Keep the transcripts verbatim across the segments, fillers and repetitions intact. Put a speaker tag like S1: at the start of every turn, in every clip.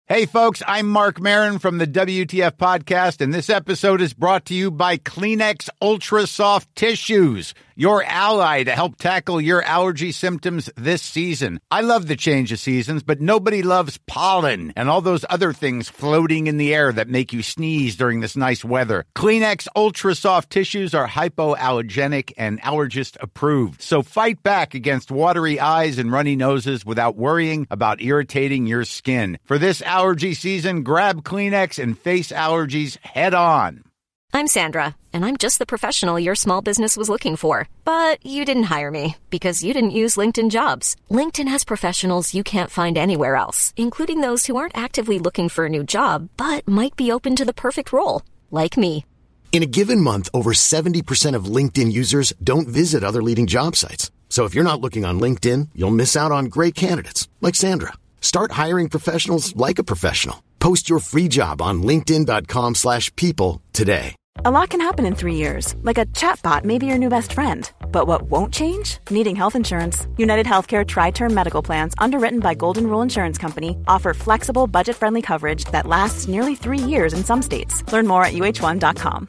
S1: Hey folks, I'm Mark Maron from the W T F podcast, and this episode is brought to you by Kleenex Ultra Soft Tissues, your ally to help tackle your allergy symptoms this season. I love the change of seasons, but nobody loves pollen and all those other things floating in the air that make you sneeze during this nice weather. Kleenex Ultra Soft Tissues are hypoallergenic and allergist approved, so fight back against watery eyes and runny noses without worrying about irritating your skin. For this allergy season, grab Kleenex and face allergies head on.
S2: I'm Sandra, and I'm just the professional your small business was looking for. But you didn't hire me because you didn't use LinkedIn Jobs. LinkedIn has professionals you can't find anywhere else, including those who aren't actively looking for a new job, but might be open to the perfect role, like me.
S3: In a given month, over seventy percent of LinkedIn users don't visit other leading job sites. So if you're not looking on LinkedIn, you'll miss out on great candidates, like Sandra. Start hiring professionals like a professional. Post your free job on linkedin.com slash people today.
S4: A lot can happen in three years, like a chatbot may be your new best friend. But what won't change? Needing health insurance. United Healthcare Tri-Term Medical Plans, underwritten by Golden Rule Insurance Company, offer flexible, budget-friendly coverage that lasts nearly three years in some states. Learn more at U H one dot com.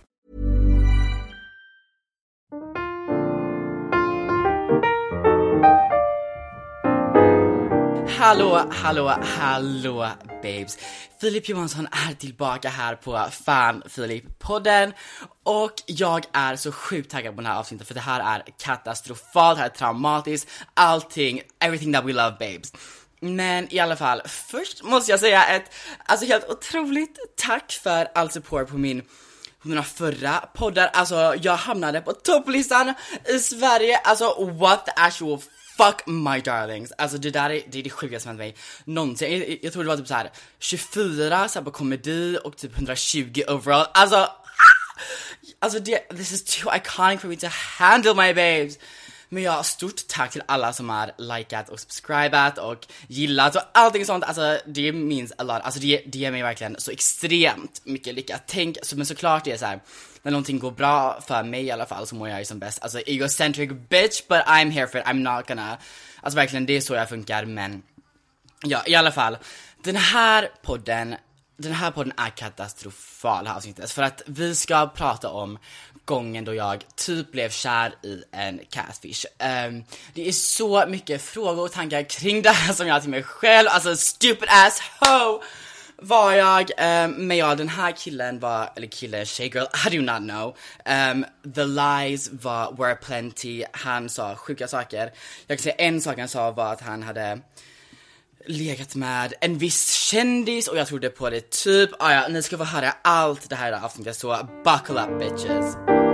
S5: Hallå, hallå, hallå babes. Filip Johansson är tillbaka här på Fan Filip-podden. Och jag är så sjukt taggad på den här avsnittet, för det här är katastrofalt, det här är traumatiskt. Allting, everything that we love babes. Men i alla fall, först måste jag säga ett alltså helt otroligt tack för all support på min på mina förra poddar. Alltså jag hamnade på topplistan i Sverige. Alltså what the actual fuck my darlings. Alltså det där är det, är det sjukaste som hänt mig någonsin. Jag, jag tror det var typ så här tjugofyra så här på komedi och typ hundratjugo overall. Alltså ah! Alltså det, this is too iconic for me to handle, my babes. Men jag har stort tack till alla som har likat och subscribat och gillat och allting sånt. Alltså det means a lot. Alltså det, det ger mig verkligen så extremt mycket lycka. Tänk, så, men såklart det är så här, när någonting går bra för mig i alla fall så mår jag ju som bäst. Alltså egocentric bitch, but I'm here for it. I'm not gonna, alltså verkligen det är så jag funkar. Men ja, i alla fall, den här podden Den här podden är katastrofal här avsnittet, för att vi ska prata om gången då jag typ blev kär i en catfish. um, Det är så mycket frågor och tankar kring det här som jag har till mig själv. Alltså stupid ass hoe var jag. um, Men ja, den här killen var, eller killen, tjej, girl, I do not know. um, The lies var, were plenty. Han sa sjuka saker. Jag kan säga en sak han sa var att han hade legat med en viss kändis och jag trodde på det typ. Ah, ja, ni ska få höra allt det här i avsnittet, så buckle up bitches.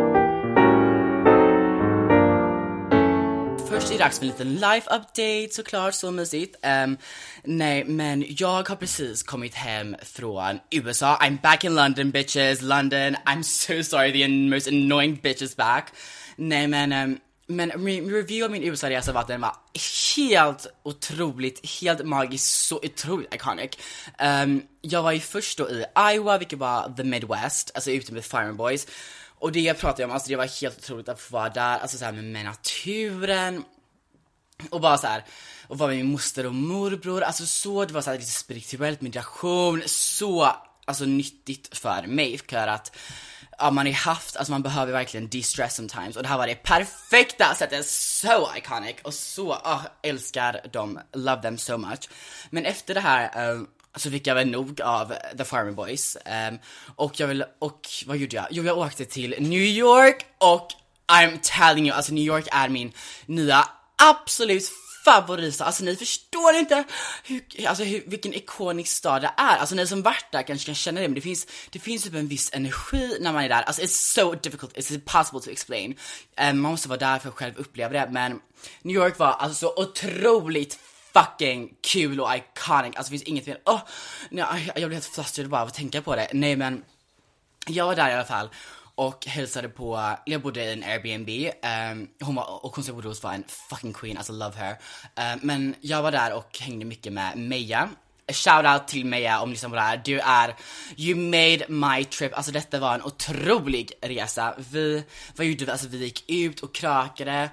S5: Först är det dags för en liten life update, såklart, så mysigt. um, Nej, men jag har precis kommit hem från U S A. I'm back in London bitches. London, I'm so sorry, the most annoying bitches back. Nej men um, Men min review av min U S A-resa var att den var helt otroligt, helt magisk, så otroligt iconic. um, Jag var ju först då i Iowa, vilket var the Midwest, alltså ute med Fireman Boys. Och det jag pratade om, alltså det var helt otroligt att få vara där, alltså så här med naturen. Och bara så här, och vara med min moster och morbror. Alltså så, det var så här lite spirituellt, meditation. Så, alltså nyttigt för mig, för att ja, man har haft, alltså man behöver verkligen de-stress sometimes. Och det här var det perfekta sättet, so iconic. Och så, oh, älskar dem, love them so much. Men efter det här um, så fick jag väl nog av The Farmer Boys. um, Och jag vill, och vad gjorde jag? Jo, jag åkte till New York. Och I'm telling you, alltså New York är min nya absolut favorit. Alltså ni förstår inte hur, alltså, hur, vilken ikonisk stad det är. Alltså ni som varit där kanske kan känna det, men det finns, det finns typ en viss energi när man är där. Alltså it's so difficult, it's impossible to explain. um, Man måste vara där för att själv uppleva det. Men New York var alltså så otroligt fucking kul och iconic. Alltså det finns inget fel. Åh, nej, jag blev helt flustered bara av att tänka på det. Nej men jag var där i alla fall och hälsade på, jag bodde i en Airbnb. um, Hon var, och hon som bodde hos var en fucking queen, alltså love her. um, Men jag var där och hängde mycket med Meja. shout out till Meja om liksom det här. Du är, you made my trip. Alltså detta var en otrolig resa. Vi, vad gjorde vi? Alltså vi gick ut och krökade.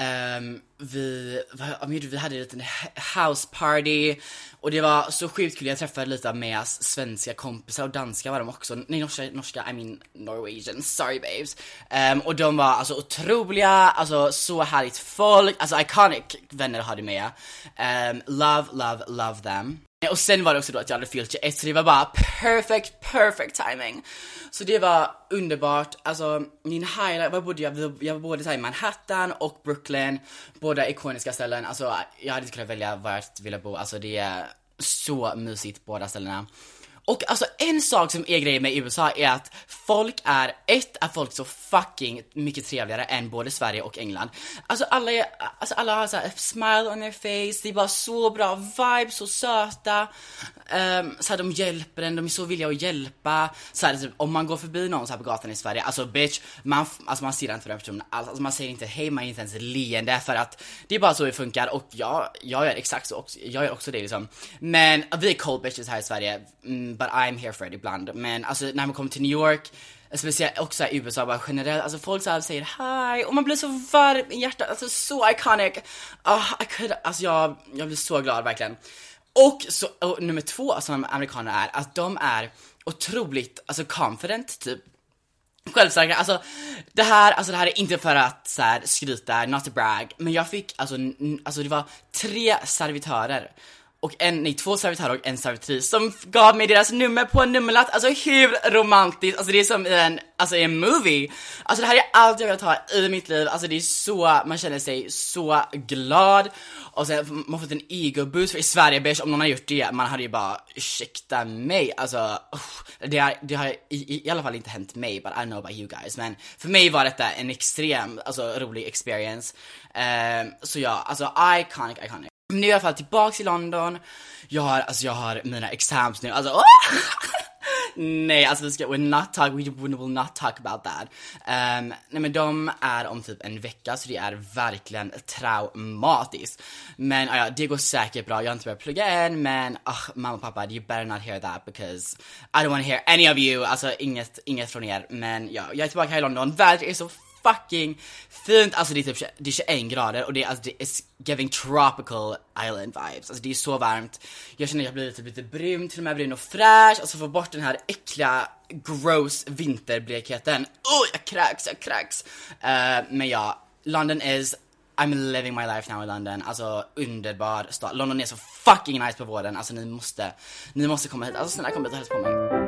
S5: Um, vi, vad, vi hade en liten house party. Och det var så sjukt kul. Jag träffade lite av Mejas svenska kompisar. Och danska var de också. Nej, norska, norska I mean Norwegian, sorry babes. um, Och de var alltså otroliga. Alltså så härligt folk. Alltså iconic vänner hade Meja. um, Love, love, love them. Och sen var det också då att jag hade fyllt tjugoett. Så det var bara perfect, perfect timing. Så det var underbart. Alltså min highlight, var bodde jag? Jag var både i Manhattan och Brooklyn. Båda ikoniska ställen. Alltså jag hade inte kunnat välja var jag ville bo. Alltså det är så mysigt båda ställena. Och alltså en sak som är grejen med U S A är att folk är, ett är folk så fucking mycket trevligare än både Sverige och England. Alltså alla, är, alltså alla har så här smile on their face, det är bara så bra vibes, så söta. Um, så här, de hjälper en, de är så villiga att hjälpa. Så här, typ, om man går förbi någon så här på gatan i Sverige, alltså bitch, man, alltså, man ser inte för den personen alls. Alltså, man säger inte hej, man är inte ens leende, för att det är bara så det funkar. Och jag, jag gör exakt så också, jag gör också det liksom. Men vi är cold bitches här i Sverige, mm, but I'm here for it ibland. Men alltså när man kommer till New York, speciellt också i U S A bara generellt, alltså folk så här säger hi och man blir så varm i hjärtat, alltså så iconic. Oh, I could, alltså jag, jag blir så glad verkligen. Och, så, och nummer två som amerikaner är att de är otroligt alltså confident typ. Självsäkra, alltså det här, alltså det här är inte för att så här, skryta, not to brag, men jag fick alltså, n- alltså det var tre servitörer och en, nej, två servitörer och en servitris som gav mig deras nummer på en nummerlapp. Alltså hur romantiskt, alltså det är som i en, alltså i en movie. Alltså det här är allt jag vill ha i mitt liv. Alltså det är så, man känner sig så glad. Och sen man har fått en ego-boost, för i Sverige, bitch, om någon har gjort det, man hade ju bara, ursäkta mig. Alltså, uh, det, har, det har i, i alla fall inte hänt mig, but I know about you guys. Men för mig var detta en extrem, alltså rolig experience. um, Så ja, alltså iconic, iconic. Nu är jag i alla fall tillbaka i London. Jag har, alltså jag har mina exams nu. Alltså, oh! Nej, alltså vi ska, we're not talk, we will not talk about that. um, Nej men de är om typ en vecka, så det är verkligen traumatiskt. Men uh, ja, det går säkert bra. Jag har inte börjat plugga än, men uh, mamma och pappa, you better not hear that, because I don't want to hear any of you. Alltså inget, inget från er. Men ja, jag är tillbaka här i London. Vädret är så fucking fint. Alltså det är typ det är tjugoett grader och det är, alltså, det är giving tropical island vibes. Alltså det är så varmt. Jag känner att jag blir lite, lite brun, till och med brun och fräsch. Alltså få bort den här äckliga gross vinterblekheten. Oh, jag kräks, jag kräks. Uh, men ja, London is, I'm living my life now in London. Alltså underbar stad. London är så fucking nice på våren. Alltså ni måste, ni måste komma hit. Alltså snälla kom hit och hälsa på mig.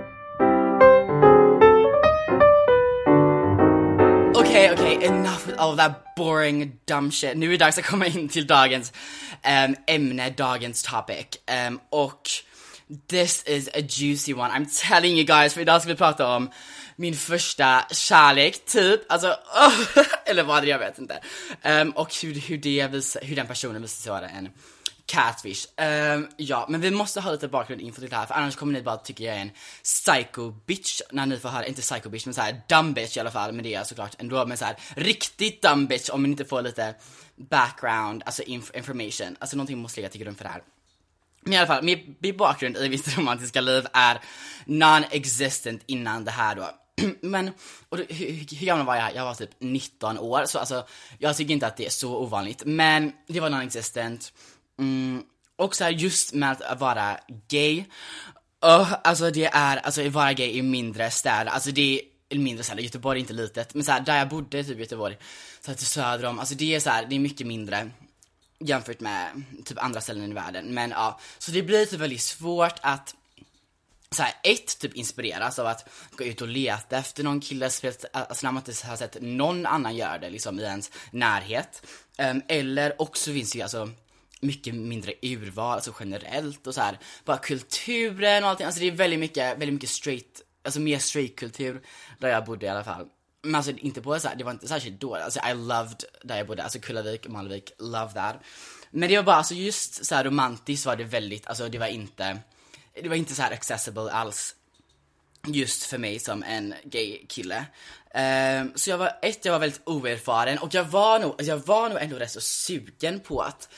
S5: Okej, okay, okej, okay, enough with all that boring dumb shit. Nu är det dags att komma in till dagens um, ämne, dagens topic. Um, och this is a juicy one, I'm telling you guys. För idag ska vi prata om min första kärlek, typ. Alltså, oh, eller vad det, jag vet inte. Um, och hur, hur, det vis, hur den personen visar sig vara en catfish. Um, ja, men vi måste ha lite bakgrundinfo till det här, för annars kommer ni bara tycka jag är en psycho bitch när ni får höra, inte psycho bitch, men så här dumb bitch i alla fall, men det är såklart ändå, men så här riktigt dumb bitch om ni inte får lite background, alltså inf- information, alltså någonting måste ligga till grund för det här. Men i alla fall, min, min bakgrund i mitt romantiska liv är non-existent innan det här då. Men, och hur, hur gammal var jag? Jag var typ nitton år, så alltså, jag tycker inte att det är så ovanligt, men det var non-existent. Mm, och så här, just med att vara gay, uh, alltså det är, alltså att vara gay i mindre städer, alltså det är mindre städer, Göteborg är inte litet, men så här, där jag bodde typ i Göteborg, så här, till söder om, alltså det är så här, det är mycket mindre jämfört med typ andra ställen i världen, men ja, så det blir typ väldigt svårt att så här, ett, typ inspireras av att gå ut och leta efter någon kille, alltså när man inte har sett någon annan göra det liksom i ens närhet, um, eller också finns ju alltså mycket mindre urval, alltså generellt, och så här, bara kulturen och allting, alltså det är väldigt mycket, väldigt mycket straight, alltså mer straight kultur där jag bodde i alla fall. Men alltså inte på så här, det var inte särskilt dåligt, alltså I loved där jag bodde, alltså Kullavik, Malvik, love that. Men det var bara, alltså just så här romantiskt var det väldigt, alltså det var inte, det var inte så här accessible alls, just för mig som en gay kille. Um, så jag var, ett, jag var väldigt oerfaren, och jag var nog, jag var nog ändå rätt så sugen på att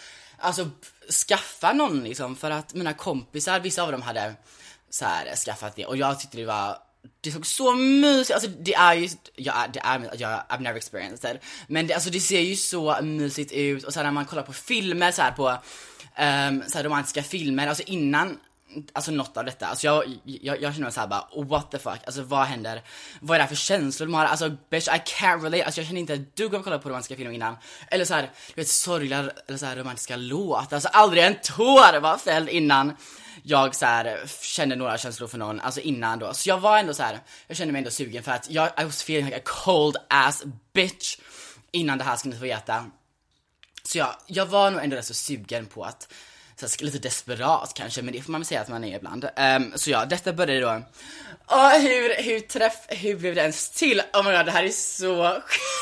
S5: alltså skaffa någon liksom, för att mina kompisar, vissa av dem hade så här skaffat det och jag tyckte det var, det såg så mysigt, alltså det är ju, ja, det är, jag, I've never experienced it, men det, alltså det ser ju så mysigt ut och så här, när man kollar på filmer så här på um, så här romantiska filmer, alltså innan alltså något av detta, alltså jag, jag, jag känner mig så här bara, what the fuck, alltså vad händer, vad är det här för känslor de har, alltså bitch, I can't relate, alltså jag känner inte att du kan kolla på romantiska filmer innan, eller så här, du vet, sorgliga, eller så här romantiska låtar, alltså aldrig en tår var fälld innan jag så här kände några känslor för någon, alltså innan då, så jag var ändå så här, jag kände mig ändå sugen för att jag, I was feeling like a cold ass bitch innan det här skulle ni få veta, så jag, jag var nog ändå rätt så sugen på att så här, lite desperat kanske, men det får man väl säga att man är ibland. Um, så ja, detta började då. Och hur, hur träff, hur blev det ens till? Oh my god, det här är så...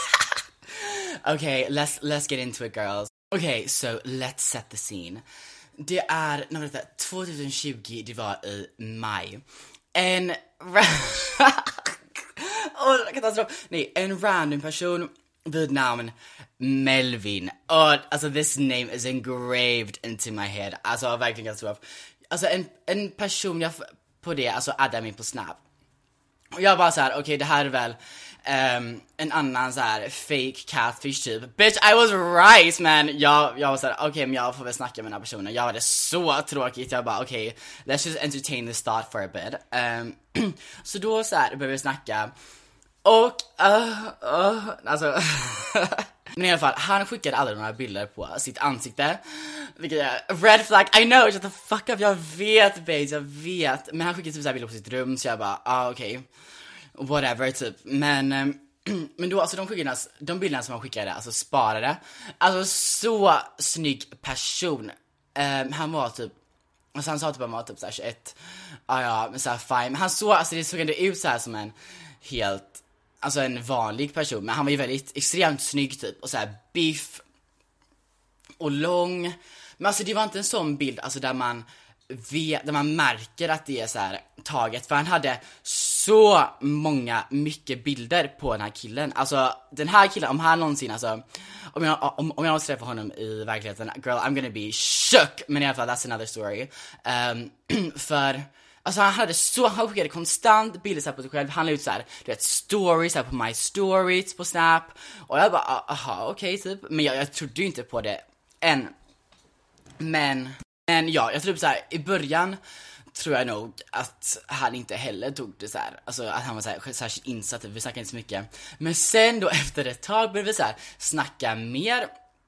S5: Okay, let's, let's get into it, girls. Okay, so let's set the scene. Det är, när det är tjugo tjugo, det var i maj. En... oh, katastrof. Nej, en random person vid namn Melvin. Och alltså this name is engraved into my head. Alltså verkligen katastrof. Alltså en, en person jag på det, alltså addade mig på Snap. Och jag bara så här, okej, okay, det här är väl um, en annan så här fake catfish typ. Bitch, I was right, man. Jag, jag var så här, okej, okay, men jag får väl snacka med den här personen. Jag hade så tråkigt. Jag bara, okej, okay, let's just entertain this thought for a bit. Um, så då så här började vi snacka. Och, uh, uh, alltså... Men i alla fall, han skickade aldrig några bilder på sitt ansikte. Vilket är red flag, I know, shut the fuck up, jag vet babes, jag vet. Men han skickade typ så här bilder på sitt rum, så jag bara, ah okej, okay. Whatever typ. Men, um, men då, alltså de skickade, de bilderna som han skickade, alltså sparade. Alltså så snygg person. um, Han var typ, alltså han sa typ att han var typ såhär tjugoett. Ah, ja, men såhär fine. Men han såg, alltså det såg ändå ut så här som en helt, alltså en vanlig person, men han var ju väldigt extremt snygg typ, och så här biff och lång. Men alltså det var inte en sån bild, alltså där man vet, där man märker att det är så här taget, för han hade så många mycket bilder på den här killen. Alltså den här killen, om han någonsin, alltså om jag om, om jag måste träffa honom i verkligheten, girl, I'm gonna be shook. Men i alla fall, that's another story. Um, för alltså han hade så, han skickade konstant bilder så här på sig själv. Han la ut så här, du vet, stories här på my stories på Snap. Och jag bara, aha, okej okay, typ. Men jag, jag trodde ju inte på det än. Men, men ja, jag tror typ så här, i början tror jag nog att han inte heller tog det så här, alltså att han var så här särskilt insatt, vi snackade inte så mycket. Men sen då efter ett tag började vi så här snacka mer.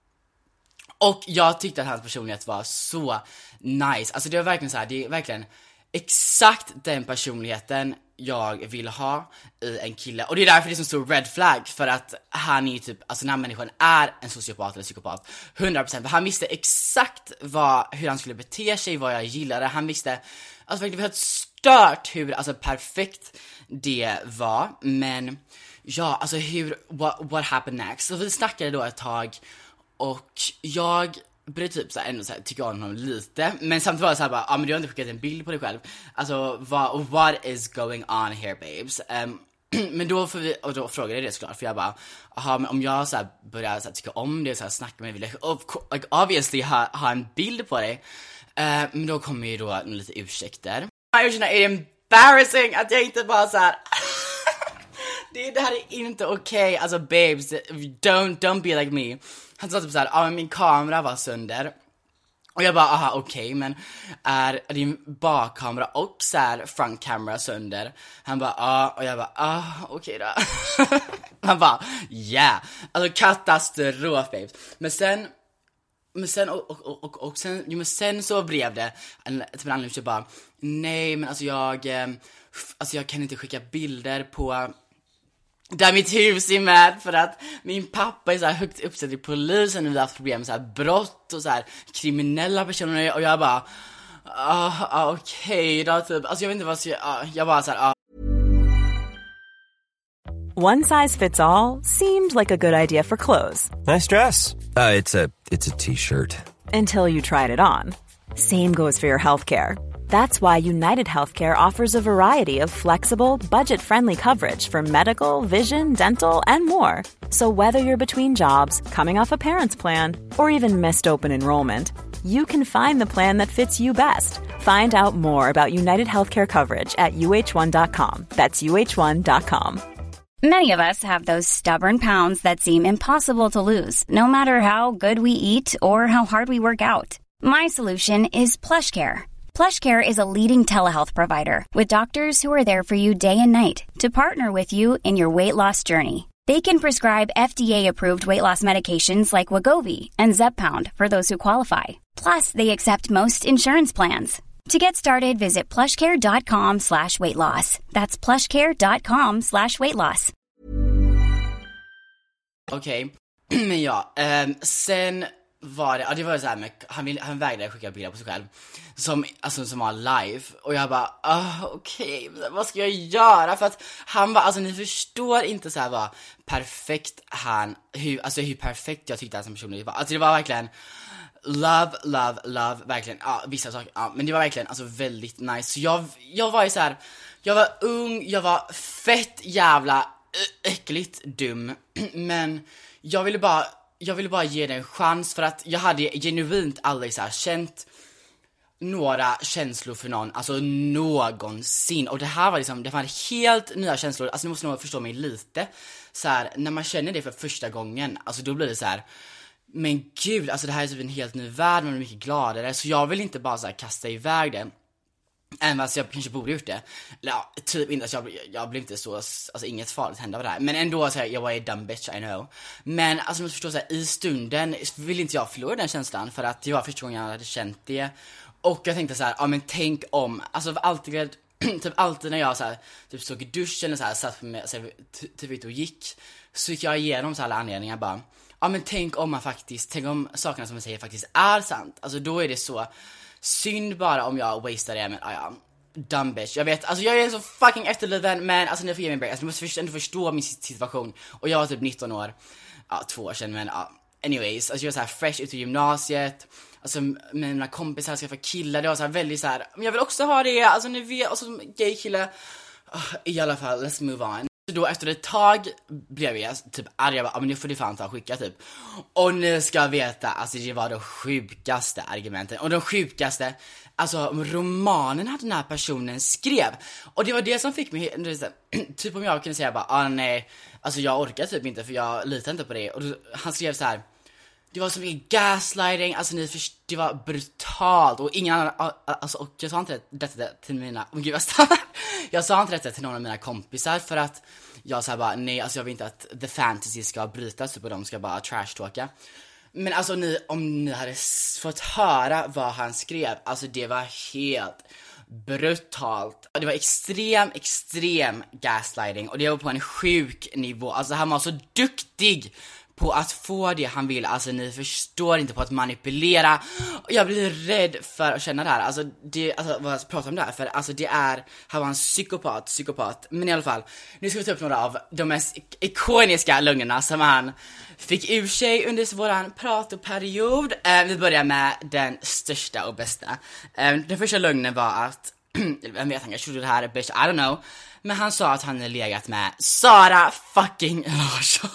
S5: Och jag tyckte att hans personlighet var så nice. Alltså det var verkligen så här, det är verkligen exakt den personligheten jag vill ha i en kille. Och det är därför det är så stor red flag. För att han är ju typ, alltså den här människan är en sociopat eller psykopat hundra procent. För han visste exakt vad, hur han skulle bete sig, vad jag gillade. Han visste, alltså verkligen helt stört hur, alltså perfekt det var. Men ja, alltså hur, what, what happened next? Så vi snackade då ett tag. Och jag började typ såhär ändå såhär tycka om honom lite. Men samtidigt var det såhär bara, ja ah, men du har inte skickat en bild på dig själv. Alltså, vad, what is going on here babes? Um, men då får vi, och då frågade jag det såklart. För jag bara, jaha, men om jag såhär börjar såhär tycka om det, såhär snacka med dig, like, obviously ha, ha en bild på dig. Uh, men då kommer ju då lite ursäkter. Jag känner det är embarrassing att jag inte bara såhär det, det här är inte okej, okay. Alltså babes, don't, don't be like me. Han sa typ såhär, ja ah, men min kamera var sönder. Och jag bara, aha okej, okay, men är din bakkamera och så här frontkamera sönder? Han bara, ja, ah. Och jag bara, ah okej okay då. Han bara, yeah. Alltså katastrof babes. Men sen Men sen, och, och, och, och sen, jo men sen så blev det en, typ en anledning till bara, nej men alltså jag, eh, alltså jag kan inte skicka bilder på där mitt hus är med, för att min pappa är så här högt uppsatt i polisen och vi har haft problem med så här brott och så här kriminella personer, och jag bara, ah, ah, okej okay, då typ, alltså jag vet inte vad jag, ah, jag bara så här, ah.
S4: One size fits all seemed like a good idea for clothes.
S6: Nice dress. Uh, it's a it's a t-shirt.
S4: Until you tried it on. Same goes for your healthcare. That's why United Healthcare offers a variety of flexible, budget-friendly coverage for medical, vision, dental, and more. So whether you're between jobs, coming off a parent's plan, or even missed open enrollment, you can find the plan that fits you best. Find out more about United Healthcare coverage at U H one dot com. That's U H one dot com.
S6: Many of us have those stubborn pounds that seem impossible to lose, no matter how good we eat or how hard we work out. My solution is PlushCare. PlushCare is a leading telehealth provider with doctors who are there for you day and night to partner with you in your weight loss journey. They can prescribe F D A-approved weight loss medications like Wegovy and Zepbound for those who qualify. Plus, they accept most insurance plans. To get started, visit plushcare.com slash weight loss. That's plushcare.com slash weight loss.
S5: Okej, okay. Men ja, um, sen var det, ja, det var så här med, han, vill, han vägrade skicka bilder på sig själv som, alltså, som var live. Och jag bara, oh, okej, okay, vad ska jag göra? För att han var, alltså ni förstår inte så här vad perfekt han, hur, alltså hur perfekt jag tyckte han som person var. Alltså det var verkligen love, love, love, verkligen, ja, vissa saker, ja, men det var verkligen, alltså väldigt nice. Så jag, jag var ju så här, jag var ung, jag var fett jävla äckligt dum, men jag ville bara, jag ville bara ge det en chans för att jag hade genuint aldrig så här känt några känslor för någon, alltså någonsin. Och det här var liksom, det var helt nya känslor. Alltså ni måste nog förstå mig lite. Så här, när man känner det för första gången, alltså då blir det så här, men gud, alltså det här är typ en helt ny värld, man är mycket gladare. Så jag vill inte bara så här kasta iväg det. Även fast jag kanske borde gjort det. Ja, typ inte, alltså jag, jag blev inte så, alltså inget farligt hände av det här. Men ändå så här, jag var en dumb bitch, I know. Men alltså man förstår så här, i stunden vill inte jag förlora den känslan. För att det var första gången jag hade känt det. Och jag tänkte så här, ja men tänk om, alltså alltid, typ alltid när jag så här, typ såg i duschen eller så här, satt med, så här, typ ute och gick, så gick jag igenom så alla anledningar bara, ja men tänk om man faktiskt, tänk om sakerna som man säger faktiskt är sant. Alltså då är det så synd bara om jag wastar det, men ja, ja, dumb bitch. Jag vet, alltså jag är så fucking efterliven, men alltså ni får ge mig en break. Alltså ni måste först, ändå förstå min situation. Och jag var typ nitton år, ja, två år sedan, men ja, anyways. Alltså jag var så här fresh ut i gymnasiet. Alltså med mina kompisar ska få killar, det var så här väldigt så här, men jag vill också ha det, alltså ni vet, alltså som gay kille. Uh, I alla fall, let's move on. Så då efter ett tag blev jag typ arg, jag bara, ja men nu får du fan ta och skicka typ. Och ni ska veta, alltså det var de sjukaste argumenten. Och de sjukaste, alltså romanen hade den här personen skrev. Och det var det som fick mig, typ om jag kunde säga bara, ah nej, alltså jag orkar typ inte för jag litar inte på det. Och då, han skrev så här, det var så mycket gaslighting, alltså ni först, det var brutalt. Och ingen annan, alltså, och jag sa inte detta till mina, oh, gud, jag, jag sa inte detta till någon av mina kompisar. För att jag sa bara, nej, alltså jag vill inte att the fantasy ska brytas typ, och de ska bara trash-talka. Men alltså ni, om ni hade fått höra vad han skrev, alltså det var helt brutalt. Det var extrem, extrem gaslighting. Och det var på en sjuk nivå. Alltså han var så duktig på att få det han vill. Alltså ni förstår inte, på att manipulera. Och jag blir rädd för att känna det här. Alltså, det, alltså vad jag pratar om det här. För alltså det är, han var en psykopat, psykopat. Men i alla fall, nu ska vi ta upp några av de mest ikoniska lögnerna som han fick ur sig under våran pratoperiod. eh, Vi börjar med den största och bästa. eh, Den första lögnen var att vem vet, han kanske trodde det här är bitch, I don't know. Men han sa att han hade legat med Sara fucking Larsson.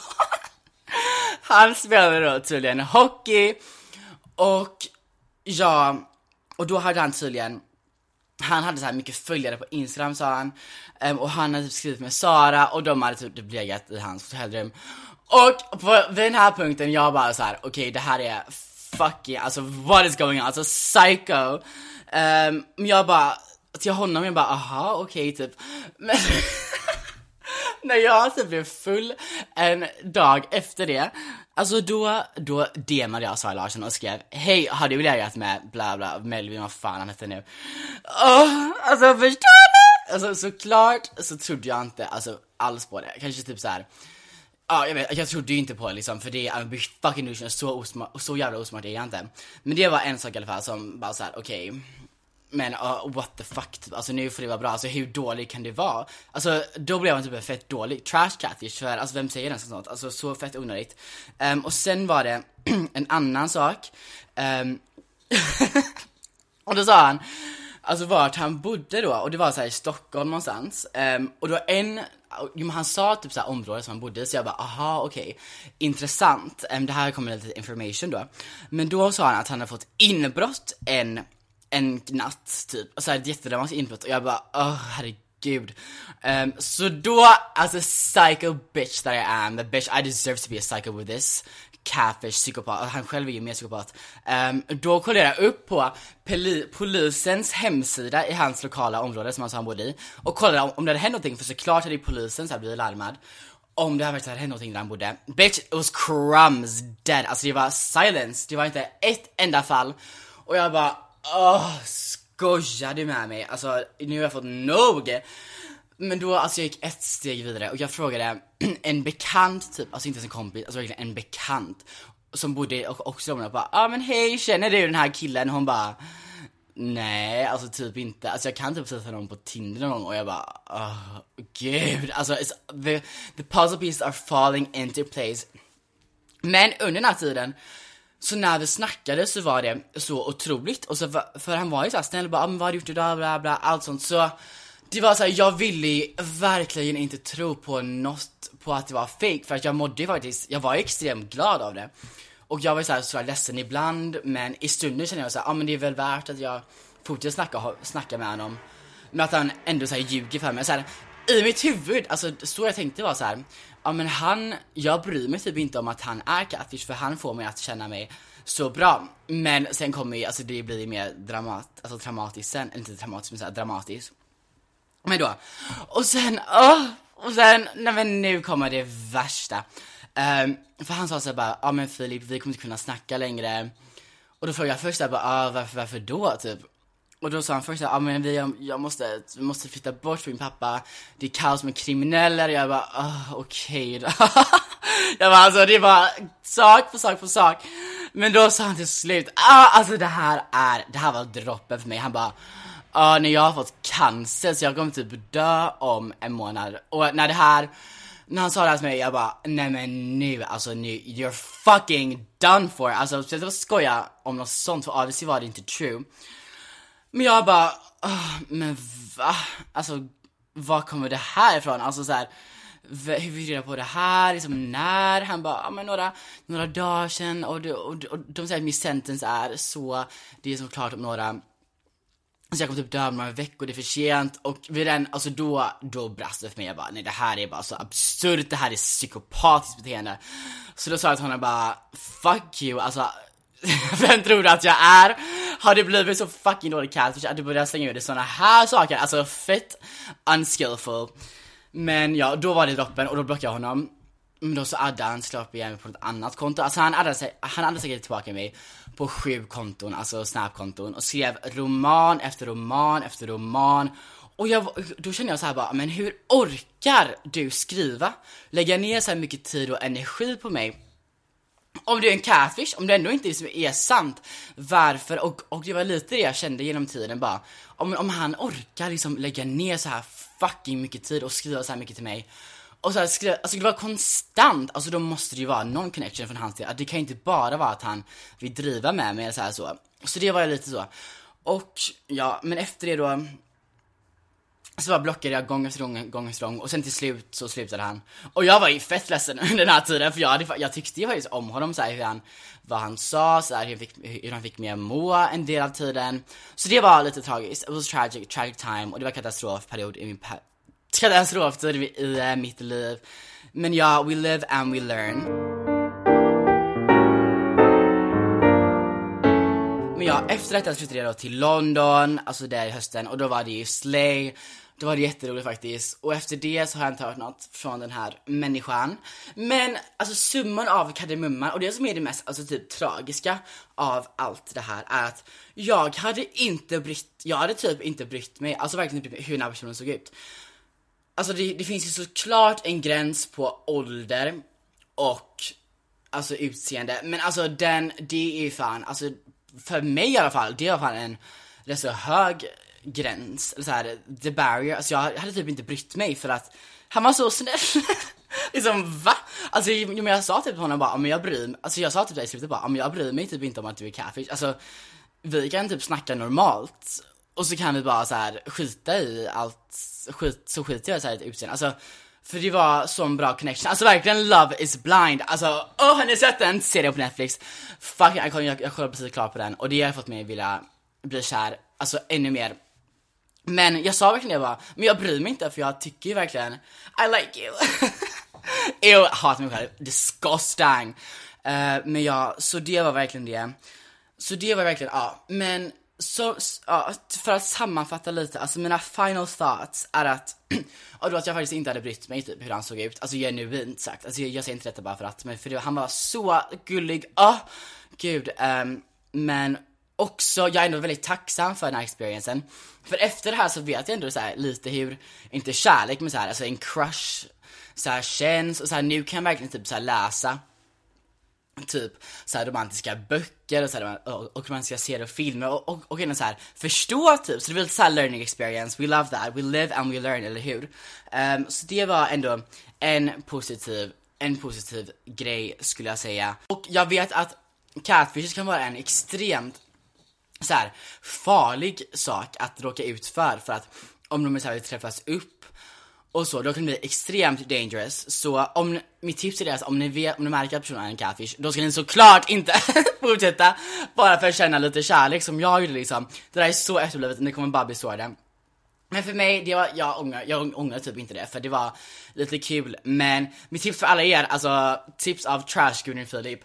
S5: Han spelade då tydligen hockey. Och ja, och då hade han tydligen, han hade så här mycket följare på Instagram, sa han. um, Och han hade typ skrivit med Sara, och de hade typ legat i hans hotellrum. Och på den här punkten jag bara så här, okej, okay, det här är fucking, alltså what is going on, alltså psycho. um, Men jag bara, till honom, jag bara, aha, okej, okay, typ. Men när jag typ blev full en dag efter det, alltså då, då D M'ade jag Sara Larsson och skrev, hej, har du legat med bla bla Melvin, vad fan han heter nu. Oh, alltså förstår du? Alltså såklart så trodde jag inte, alltså alls på det. Kanske typ så här. Ja, jag vet, jag trodde ju inte på det liksom, för det är en fucking illusion, så osmart, så jävla osmart är jag inte. Men det var en sak i alla fall som bara så här, okej. Okay. Men uh, what the fuck typ. Alltså nu får det vara bra, alltså hur dålig kan det vara? Alltså då blev han typ fett dålig. Trash catfish, för alltså vem säger den sånt? Alltså så fett onödigt. um, Och sen var det en annan sak. um, Och då sa han, alltså vart han bodde då. Och det var så här i Stockholm någonstans. um, Och då en, han sa typ så här område som han bodde. Så jag bara, aha, okej, okay. Intressant. um, Det här kommer lite information då. Men då sa han att han hade fått inbrott en, en natt typ. Och så här ett jättedramatiskt inbrott. Och jag bara, åh herregud. um, Så då, alltså psycho bitch that I am. The bitch, I deserve to be a psycho with this catfish psykopat, han själv är ju mer psykopat. um, Då kollade jag upp på poli- polisens hemsida i hans lokala område som han sa han bodde i. Och kollade om, om det hade hänt någonting. För såklart hade polisen så här blivit larmad om det hade hänt någonting där han bodde. Bitch, it was crumbs dead. Alltså det var silence. Det var inte ett enda fall. Och jag bara, åh, skojar du med mig? Alltså nu har jag fått nog. Men då, alltså jag gick ett steg vidare och jag frågade en bekant typ, alltså inte ens en kompis, alltså verkligen en bekant som bodde och också och bara, ja ah, men hej, känner du den här killen? Hon bara, nej, alltså typ inte. Alltså jag kan typ sätta någon på Tinder någon gång och jag bara, åh, oh, gud. Alltså it's, the, the puzzle pieces are falling into place. Men under den här tiden, så när vi snackade så var det så otroligt. Och så, för han var ju såhär snäll, bara, ah, men vad har du gjort idag, bla bla, allt sånt. Så det var så här, jag ville verkligen inte tro på något, på att det var fake. För att jag mådde ju faktiskt, jag var extremt glad av det. Och jag var så här, så här ledsen ibland. Men i stunden kände jag så här, ja ah, men det är väl värt att jag fortsätter snacka, snacka med honom. Men att han ändå så här ljuger för mig så här, i mitt huvud, alltså så jag tänkte var så här, ja ah, men han, jag bryr mig typ inte om att han är catfish. För han får mig att känna mig så bra. Men sen kommer ju, alltså det blir mer dramat, alltså dramatiskt sen, inte dramatiskt men så här dramatiskt. Men då, och sen, åh, och sen, nej men nu kommer det värsta. um, För han sa så här bara, ja ah, men Filip, vi kommer inte kunna snacka längre. Och då frågade jag först där bara, ah, varför, varför då typ? Och då sa han först, ja ah, men vi, jag, jag måste, vi måste flytta bort från min pappa. Det är kaos med kriminella. Jag bara, ah, okej okay då. Jag bara, alltså det var sak på sak på sak. Men då sa han till slut, ah, alltså det här är, det här var droppen för mig. Han bara, ja, uh, när jag har fått cancer så jag kommer typ dö om en månad. Och när det här, när han sa det här till mig, jag bara, nej men nu, alltså nu, you're fucking done for. Alltså, jag var skoja om något sånt, för obviously var det inte true. Men jag bara, oh, men va? Alltså, var kommer det här ifrån? Alltså så här, hur fick du reda på det här? Liksom när? Han bara, ja men några, några dagar sedan. Och, och, och, och de säger att min sentence är så, det är som klart om några. Så jag kom typ dö om några veckor, det är för sent. Och vid den, alltså då, då brast det för mig. Jag bara, nej det här är bara så absurt. Det här är psykopatiskt beteende. Så då sa jag till honom bara, fuck you. Alltså, vem tror du att jag är? Har det blivit så fucking dålig catfish att du börjar slänga ut det såna här saker? Alltså fett unskillful. Men ja, då var det droppen och då blockade jag honom. Men då så addade han slåp igen på ett annat konto. Alltså han addade, sig, han addade säkert tillbaka mig på sju konton, alltså snapkonton. Och skrev roman efter roman efter roman. Och jag, då kände jag så här bara, men hur orkar du skriva? Lägga ner så här mycket tid och energi på mig. Om du är en catfish, om det ändå inte liksom är sant, varför? Och, och det var lite det jag kände genom tiden bara. Om, om han orkar liksom lägga ner så här fucking mycket tid och skriva så här mycket till mig. Och så här skrev, alltså det var konstant. Alltså då måste det ju vara någon connection från hans sida. Det kan inte bara vara att han vill driva med mig så här så. Så det var lite så. Och ja, men efter det då så var blockade jag gång efter gång, gång efter gång. Och sen till slut så slutade han. Och jag var ju fett ledsen under den här tiden. För jag, hade, jag tyckte ju faktiskt om honom så här, hur han, vad han sa så här, hur, han fick, hur han fick mig att må en del av tiden. Så det var lite tragiskt. It was tragic, tragic time. Och det var katastrofperiod i min pa- katastroftid i, i uh, mitt liv. Men ja, we live and we learn. Men ja, efter detta flyttade jag då till London, alltså där i hösten. Och då var det ju slay. Då var det jätteroligt faktiskt. Och efter det så har jag inte hört något från den här människan. Men alltså summan av kardemumman, och det som är det mest alltså typ tragiska av allt det här, är att jag hade inte brytt, jag hade typ inte brytt mig. Alltså verkligen typ hur den här personen såg ut. Alltså det, det finns ju såklart en gräns på ålder och alltså utseende. Men alltså den, det är ju fan, alltså för mig i alla fall, det var fan en rätt så hög gräns, eller så här, the barrier. Alltså jag hade typ inte brytt mig för att han var så snäll. Liksom, va? Alltså jag, jag sa typ till honom bara, men jag bryr mig. Alltså jag sa typ där i slutet bara, men jag bryr mig typ inte om att du är catfish. Alltså vi kan typ snacka normalt. och så kan vi bara så här skita i allt, skit, så skiter jag så här i utseende. Alltså, för det var sån bra connection. Alltså verkligen Love is blind. Alltså, åh, har ni sett den serien på Netflix? Fuck, jag, jag, jag, jag kollar precis klart på den. Och det har fått mig vilja bli kär, alltså ännu mer. Men jag sa verkligen det bara, men jag bryr mig inte för jag tycker ju verkligen I like you. Jag hatar mig själv, disgusting. uh, Men ja, så det var verkligen det. Så det var verkligen, ja. Men så, ja, för att sammanfatta lite, alltså mina final thoughts är att och då att jag faktiskt inte hade brytt mig typ hur han såg ut. Alltså genuint sagt, alltså jag, jag säger inte detta bara för att, men för det, han var så gullig. Åh, oh, gud. um, Men också, jag är ändå väldigt tacksam för den här experiencen. För efter det här så vet jag ändå så här, lite hur, inte kärlek men så här, alltså en crush så här känns. Och så här, nu kan jag verkligen typ så här läsa typ så här romantiska böcker och så här, och, och romantiska serier och filmer och, och, och så här förstå typ. Så det blir lite så här learning experience. We love that, we live and we learn, eller hur? Um, så det var ändå en positiv En positiv grej skulle jag säga. Och jag vet att catfish kan vara en extremt så här farlig sak att råka ut för. För att om de så här vill träffas upp och så, då kan det bli extremt dangerous. Så om, mitt tips är det, alltså, om ni vet, om ni märker att personen är en catfish, då ska ni såklart inte fortsätta bara för att känna lite kärlek som jag gjorde liksom. Det där är så efterblivet och ni kommer bara bli sårade. Men för mig, det var, jag ångrar, jag ångrar typ inte det, för det var lite kul. Men mitt tips för alla er, alltså tips av trash Gudrun Filip: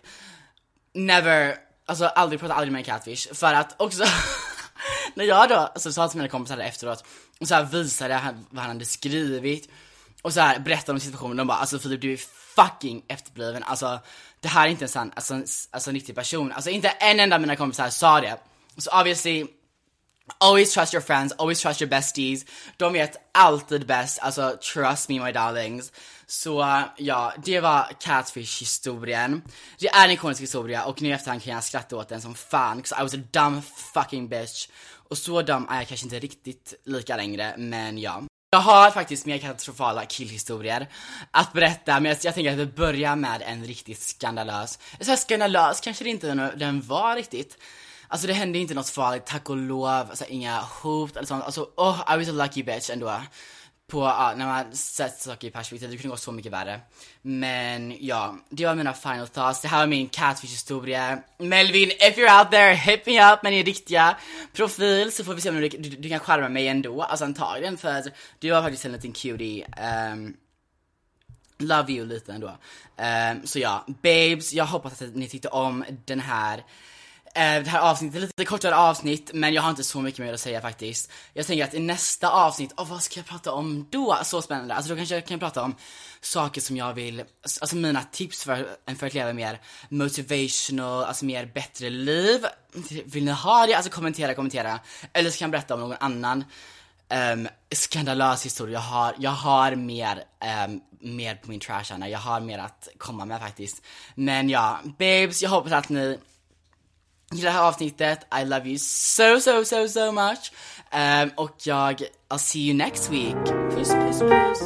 S5: never, alltså aldrig prata aldrig med en catfish. För att också när jag då alltså, sa till mina kompisar efteråt och så här visade han, vad han hade skrivit och så här berättade om situationen, de bara, alltså Filip, du är fucking efterbliven. Alltså det här är inte en sann, alltså, alltså en riktig person. Alltså inte en enda av mina kompisar sa det. Så obviously, always trust your friends, always trust your besties. De vet alltid bäst, alltså trust me my darlings. Så ja, det var catfish-historien. Det är en ikonisk historia och nu efterhand kan jag skratta åt den som fan, 'cause I was a dumb fucking bitch. Och så dum är jag kanske inte riktigt lika längre, men ja. Jag har faktiskt mer katastrofala killhistorier att berätta, men jag, jag tänker att vi börjar med en riktigt skandalös. Så här skandalös kanske det inte den var riktigt. Alltså det hände inte något farligt, tack och lov, alltså inga hot eller sånt. Alltså, oh, I was a lucky bitch ändå. På, ja, när man sätter saker i perspektiv, det kunde gå så mycket värre. Men ja, det var mina final thoughts. Det här var min catfish-historia. Melvin, if you're out there, hit me up med din riktiga profil, så får vi se om du, du, du kan skärma mig ändå. Alltså antagligen, för du var faktiskt en liten cutie. um, Love you lite ändå. um, Så ja, babes, jag hoppas att ni tyckte om den här Det här avsnittet är lite kortare avsnitt, men jag har inte så mycket mer att säga faktiskt. Jag tänker att i nästa avsnitt, oh, vad ska jag prata om då? Så spännande. Alltså då kanske jag kan prata om saker som jag vill, alltså mina tips för, för att leva mer motivational, alltså mer bättre liv. Vill ni ha det? Alltså kommentera, kommentera. Eller så kan jag berätta om någon annan um, skandalös historia. Jag har, jag har mer, um, mer på min trash-anna. Jag har mer att komma med faktiskt. Men ja, babes, jag hoppas att ni i det här avsnittet. I love you so so so so much. um, Och jag I'll see you next week. Puss puss puss.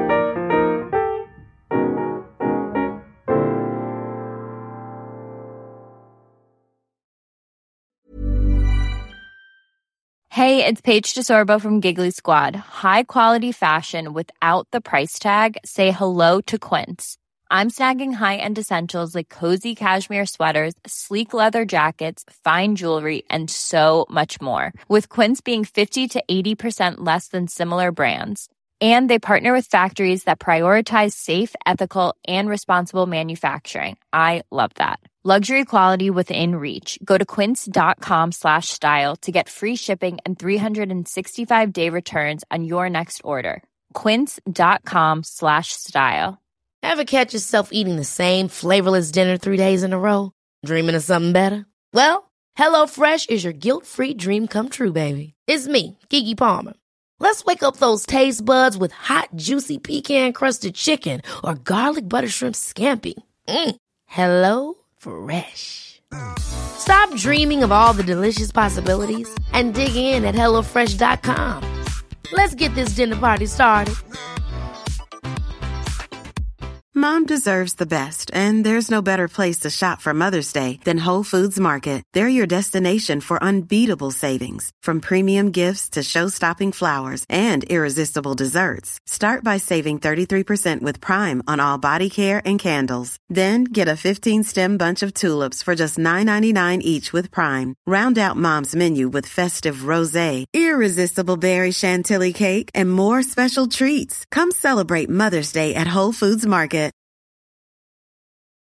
S7: Hey, it's Paige DeSorbo from Giggly Squad. High quality fashion without the price tag. Say hello to Quince. I'm snagging high-end essentials like cozy cashmere sweaters, sleek leather jackets, fine jewelry, and so much more. With Quince being fifty to eighty percent less than similar brands. And they partner with factories that prioritize safe, ethical, and responsible manufacturing. I love that. Luxury quality within reach. Go to quince.com slash style to get free shipping and three sixty-five day returns on your next order. Quince.com slash style.
S8: Ever catch yourself eating the same flavorless dinner three days in a row? Dreaming of something better? Well, HelloFresh is your guilt-free dream come true, baby. It's me, Keke Palmer. Let's wake up those taste buds with hot, juicy pecan-crusted chicken or garlic butter shrimp scampi. Mm. Hello Fresh. Stop dreaming of all the delicious possibilities and dig in at hello fresh dot com. Let's get this dinner party started.
S9: Mom deserves the best, and there's no better place to shop for Mother's Day than Whole Foods Market. They're your destination for unbeatable savings, from premium gifts to show-stopping flowers and irresistible desserts. Start by saving thirty-three percent with Prime on all body care and candles. Then get a fifteen-stem bunch of tulips for just nine ninety-nine each with Prime. Round out Mom's menu with festive rosé, irresistible berry chantilly cake, and more special treats. Come celebrate Mother's Day at Whole Foods Market.